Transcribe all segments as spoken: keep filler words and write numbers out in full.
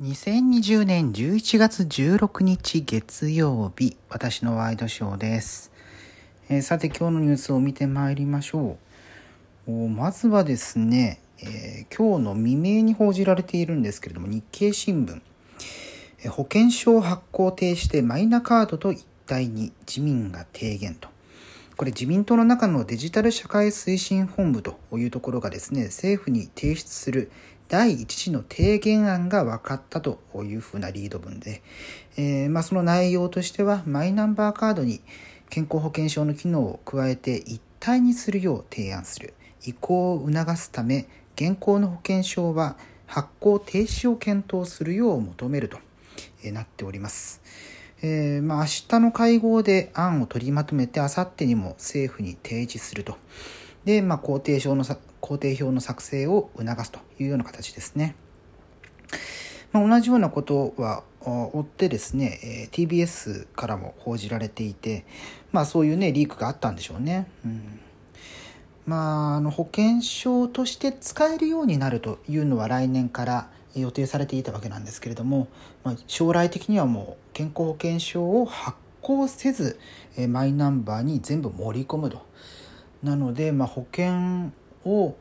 にせんにじゅうねんじゅういちがつじゅうろくにち月曜日、私のワイドショーです。えー、さて今日のニュースを見てまいりましょう。まずはですね、えー、今日の未明に報じられているんですけれども、日経新聞、えー、保険証発行停止でマイナカードと一体に自民が提言と。これ自民党の中のデジタル社会推進本部というところがですね、政府に提出するだいいち次の提言案が分かったというふうなリード文で、えーまあ、その内容としてはマイナンバーカードに健康保険証の機能を加えて一体にするよう提案する、移行を促すため現行の保険証は発行停止を検討するよう求めるとなっております。えーまあ、明日の会合で案を取りまとめて明後日にも政府に提示すると。で、まあ、工程表の工程表の作成を促すというような形ですね。まあ、同じようなことは追ってですね、えー、ティービーエス からも報じられていて、まあ、そういうねリークがあったんでしょうね。うんまあ、あの保険証として使えるようになるというのは来年から予定されていたわけなんですけれども、まあ、将来的にはもう健康保険証を発行せずマイナンバーに全部盛り込むと。なので、まあ、保険を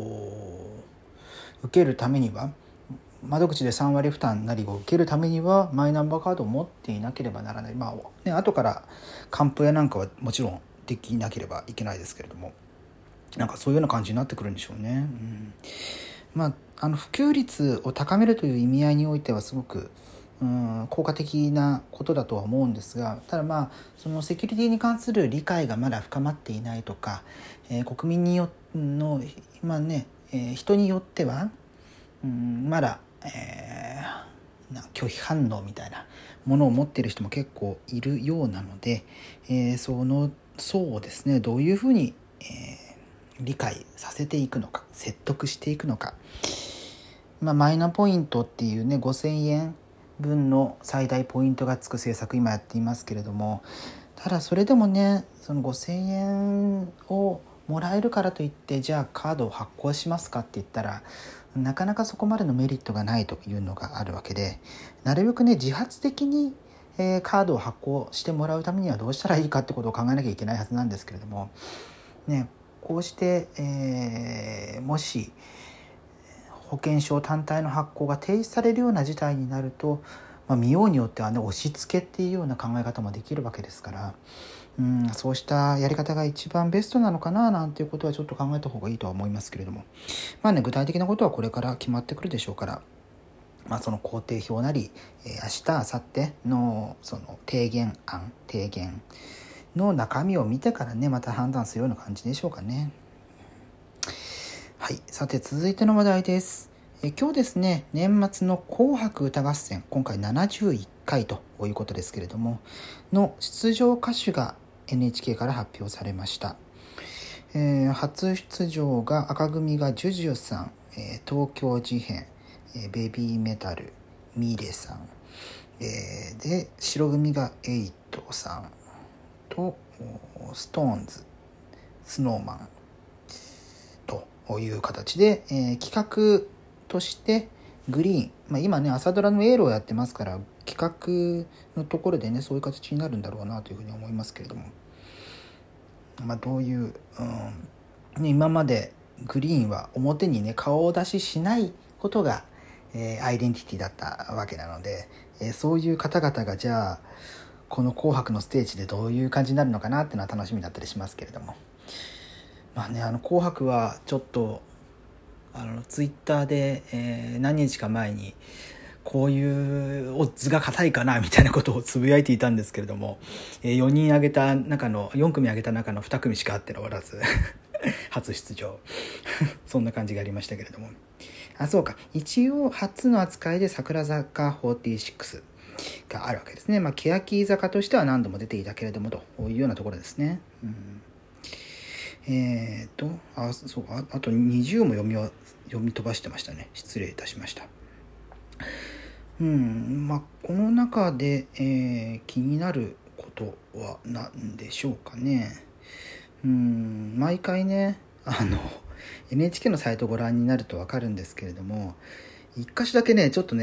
受けるためには窓口でさんわり負担なりを受けるためにはマイナンバーカードを持っていなければならない。まあね、後から還付やなんかはもちろんできなければいけないですけれども、なんかそういうような感じになってくるんでしょうね。うんまあ、あの普及率を高めるという意味合いにおいてはすごくうん効果的なことだとは思うんですが、ただまあそのセキュリティに関する理解がまだ深まっていないとか、えー、国民によのまあね、えー、人によってはうんまだ、えー、な拒否反応みたいなものを持っている人も結構いるようなので、えー、そのそうですねどういうふうに、えー、理解させていくのか説得していくのか、まあ、マイナポイントっていうねごせんえんぶんの最大ポイントがつく政策今やっていますけれども、ただそれでもねそのごせんえんをもらえるからといってじゃあカードを発行しますかって言ったらなかなかそこまでのメリットがないというのがあるわけで、なるべくね自発的に、えー、カードを発行してもらうためにはどうしたらいいかってことを考えなきゃいけないはずなんですけれどもね、こうして、えー、もし保険証単体の発行が停止されるような事態になると、まあ、見ようによってはね押し付けっていうような考え方もできるわけですから、うん、そうしたやり方が一番ベストなのかななんていうことはちょっと考えた方がいいとは思いますけれども、まあね具体的なことはこれから決まってくるでしょうから、まあ、その工程表なり、えー、明日明後日のその提言案提言の中身を見てからねまた判断するような感じでしょうかね。はい、さて続いての話題です。え今日ですね年末の紅白歌合戦今回ななじゅういっかいということですけれどもの出場歌手が エヌエイチケー から発表されました。えー、初出場が赤組がジュジュさん、えー、東京事変、えー、ベビーメタルミレさん、えー、で白組がエイトさんとストーンズスノーマンという形で、えー、企画としてグリーン、まあ、今ね朝ドラのエールをやってますから企画のところでねそういう形になるんだろうなというふうに思いますけれども、まあ、どういう、うん、今までグリーンは表にね顔を出ししないことが、えー、アイデンティティだったわけなので、えー、そういう方々がじゃあこの紅白のステージでどういう感じになるのかなっていうのは楽しみだったりしますけれども、まあね、あの紅白はちょっとあのツイッターで、えー、何日か前にこういうオッズが硬いかなみたいなことをつぶやいていたんですけれども、えー、よにん挙げた中のよん組挙げた中のに組しかあっておらず初出場そんな感じがありましたけれども、あそうか一応初の扱いで桜坂フォーティーシックスがあるわけですね。まあ欅坂としては何度も出ていたけれどもというようなところですね。うんえーと、あ、そう、あ、あとにじゅうも読みは、読み飛ばしてましたね。失礼いたしました。うん、まあ、この中で、えー、気になることは何でしょうかね。うん、毎回ね、あの、エヌエイチケー のサイトをご覧になるとわかるんですけれども、一箇所だけね、ちょっとね、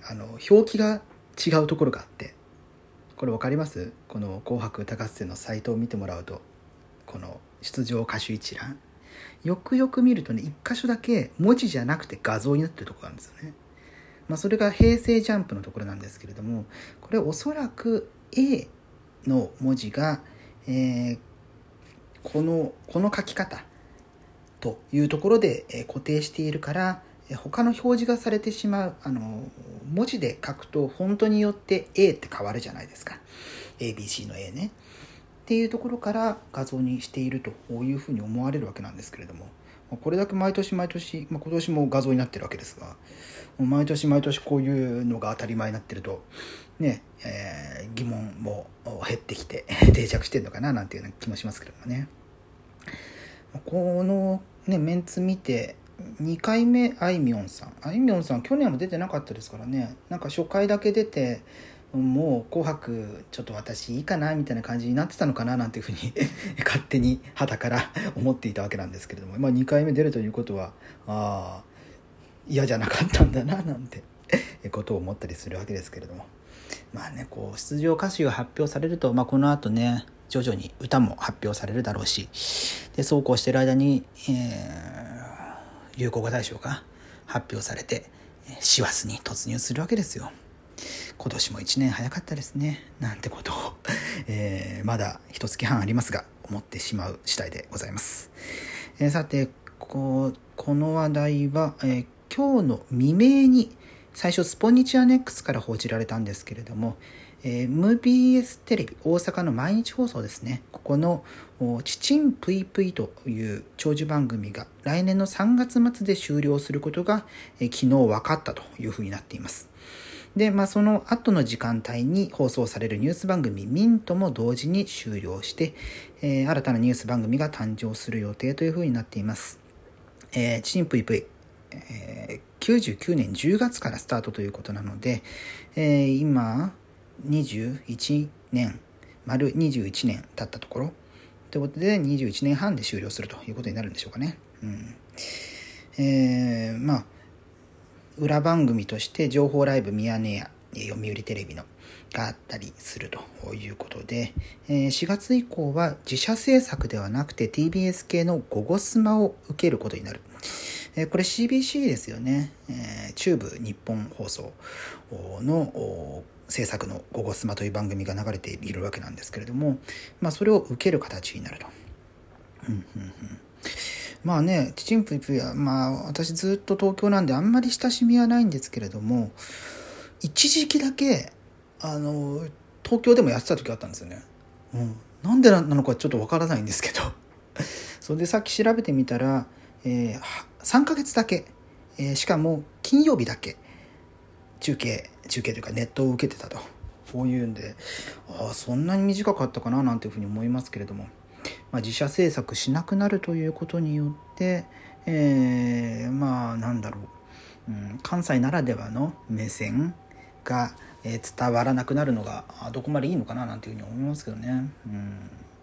あの表記が違うところがあって、これ分かります？この紅白歌合戦のサイトを見てもらうと、この出場歌手一覧よくよく見るとね、一箇所だけ文字じゃなくて画像になってるところがあるんですよね。まあ、それが平成ジャンプのところなんですけれども、これおそらく A の文字が、えー、このこの書き方というところで、えー、固定しているから、えー、他の表示がされてしまう、あの文字で書くとフォントによって A って変わるじゃないですか。 エービーシー の A ねっていうところから画像にしているというふうに思われるわけなんですけれども、これだけ毎年毎年、まあ、今年も画像になってるわけですが、毎年毎年こういうのが当たり前になってるとね、えー、疑問も減ってきて定着してるのかななんていうような気もしますけどもね。このねメンツ見てにかいめあいみょんさんあいみょんさん去年も出てなかったですからね。なんか初回だけ出てもう紅白ちょっと私いいかなみたいな感じになってたのかななんていうふうに勝手に肌から思っていたわけなんですけれども、まあ、にかいめ出るということはあ嫌じゃなかったんだななんてことを思ったりするわけですけれども、まあねこう出場歌手が発表されると、まあ、この後ね徐々に歌も発表されるだろうし、でそうこうしている間に、えー、流行語大賞が発表されて師走に突入するわけですよ。今年もいちねん早かったですねなんてことを、えー、まだ一月半ありますが思ってしまう次第でございます。えー、さて こ, この話題は、えー、今日の未明に最初スポニチアネックスから報じられたんですけれども、えー、エムビーエス テレビ大阪の毎日放送ですね、ここのちちんぷいぷいという長寿番組が来年のさんがつ末で終了することが、えー、昨日分かったというふうになっています。で、まあ、その後の時間帯に放送されるニュース番組ミントも同時に終了して、えー、新たなニュース番組が誕生する予定というふうになっています。えー、ちんぷいぷい、えー、きゅうじゅうきゅうねんじゅうがつからスタートということなので、えー、今にじゅういちねん丸にじゅういちねん経ったところということでにじゅういちねんはんで終了するということになるんでしょうかね。うんえー、まあ裏番組として情報ライブミヤネ屋読売テレビのがあったりするということで、しがつ以降は自社制作ではなくて ティービーエス 系のゴゴスマを受けることになる。これ シービーシー ですよね。中部日本放送の制作のゴゴスマという番組が流れているわけなんですけれども、まあ、それを受ける形になると。うんうんうんまあね、ちちんぷいぷいは、まあ私ずっと東京なんであんまり親しみはないんですけれども、一時期だけ、あの、東京でもやってた時があったんですよね。うん。なんでなのかちょっとわからないんですけど。それでさっき調べてみたら、えー、さんかげつだけ、えー、しかも金曜日だけ、中継、中継というかネットを受けてたと。こういうんで、ああ、そんなに短かったかななんていうふうに思いますけれども。まあ、自社制作しなくなるということによって、えー、まあなんだろう、うん、関西ならではの目線が、えー、伝わらなくなるのがどこまでいいのかななんていうふうに思いますけどね。うん、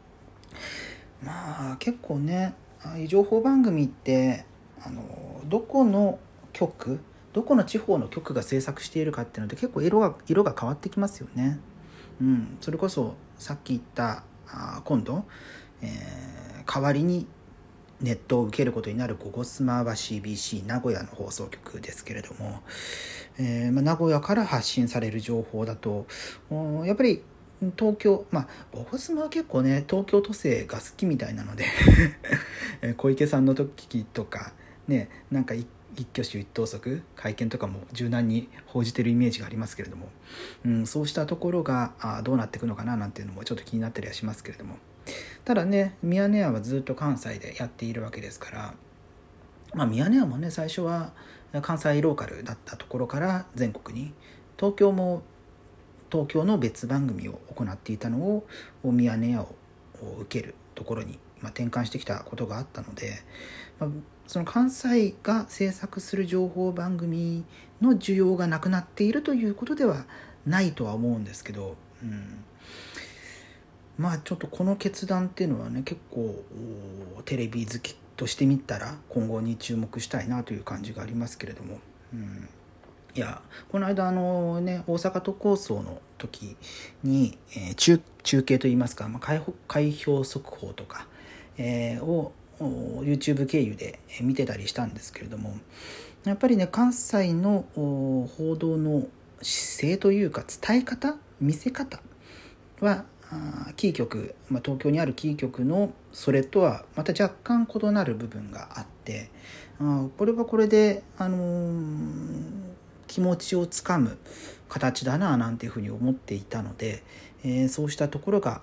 まあ結構ね、ああいう情報番組ってあのどこの局どこの地方の局が制作しているかっていうので結構色が色が変わってきますよね。うん、それこそさっき言ったあ今度えー、代わりにネットを受けることになるゴゴスマは シービーシー 名古屋の放送局ですけれども、えーまあ、名古屋から発信される情報だとやっぱり東京まあゴゴスマは結構ね東京都政が好きみたいなので小池さんの時とかねなんか一挙手一投足会見とかも柔軟に報じてるイメージがありますけれども、うん、そうしたところがあどうなっていくのかななんていうのもちょっと気になったりはしますけれども、ただねミヤネ屋はずっと関西でやっているわけですから、まあ、ミヤネ屋もね最初は関西ローカルだったところから全国に東京も東京の別番組を行っていたのをミヤネ屋を受けるところに、まあ、転換してきたことがあったので、まあ、その関西が制作する情報番組の需要がなくなっているということではないとは思うんですけど、うんまあちょっとこの決断っていうのはね結構テレビ好きとしてみたら今後に注目したいなという感じがありますけれども、うん、 いやこの間あのね大阪都構想の時に、えー、中, 中継といいますか、まあ、開, 開票速報とか、えー、を YouTube 経由で見てたりしたんですけれども、やっぱりね関西の報道の姿勢というか伝え方見せ方はキー局、まあ、東京にあるキー局のそれとはまた若干異なる部分があって、あこれはこれで、あのー、気持ちをつかむ形だななんていうふうに思っていたので、えー、そうしたところが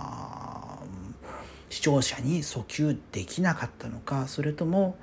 視聴者に訴求できなかったのか、それとも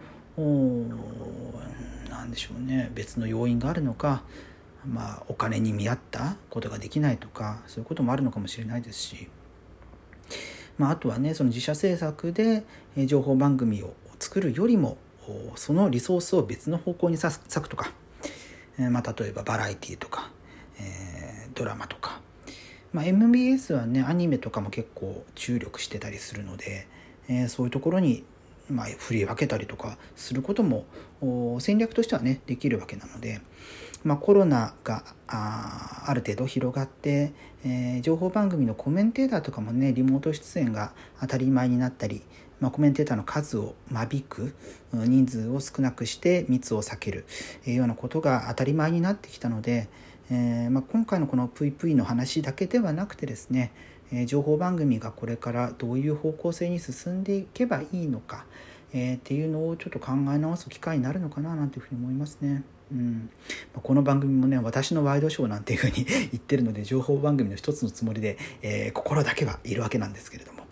なんでしょうね、別の要因があるのか、まあ、お金に見合ったことができないとか、そういうこともあるのかもしれないですし、まあ、あとはねその自社制作で情報番組を作るよりもそのリソースを別の方向に割くとか、まあ、例えばバラエティとか、えー、ドラマとか、まあ、エムビーエス はねアニメとかも結構注力してたりするので、えー、そういうところにまあ、振り分けたりとかすることも戦略としてはねできるわけなので、まあ、コロナが あ, ある程度広がって、えー、情報番組のコメンテーターとかもねリモート出演が当たり前になったり、まあ、コメンテーターの数を間引く、人数を少なくして密を避けるようなことが当たり前になってきたので、えーまあ、今回のこの ブイブイ の話だけではなくてですね、えー、情報番組がこれからどういう方向性に進んでいけばいいのか、えー、っていうのをちょっと考え直す機会になるのかななんていうふうに思いますね。うんまあ、この番組もね私のワイドショーなんていうふうに言ってるので情報番組の一つのつもりで、えー、心だけはいるわけなんですけれども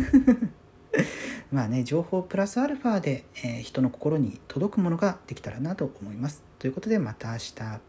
まあね情報プラスアルファで、えー、人の心に届くものができたらなと思います。ということでまた明日。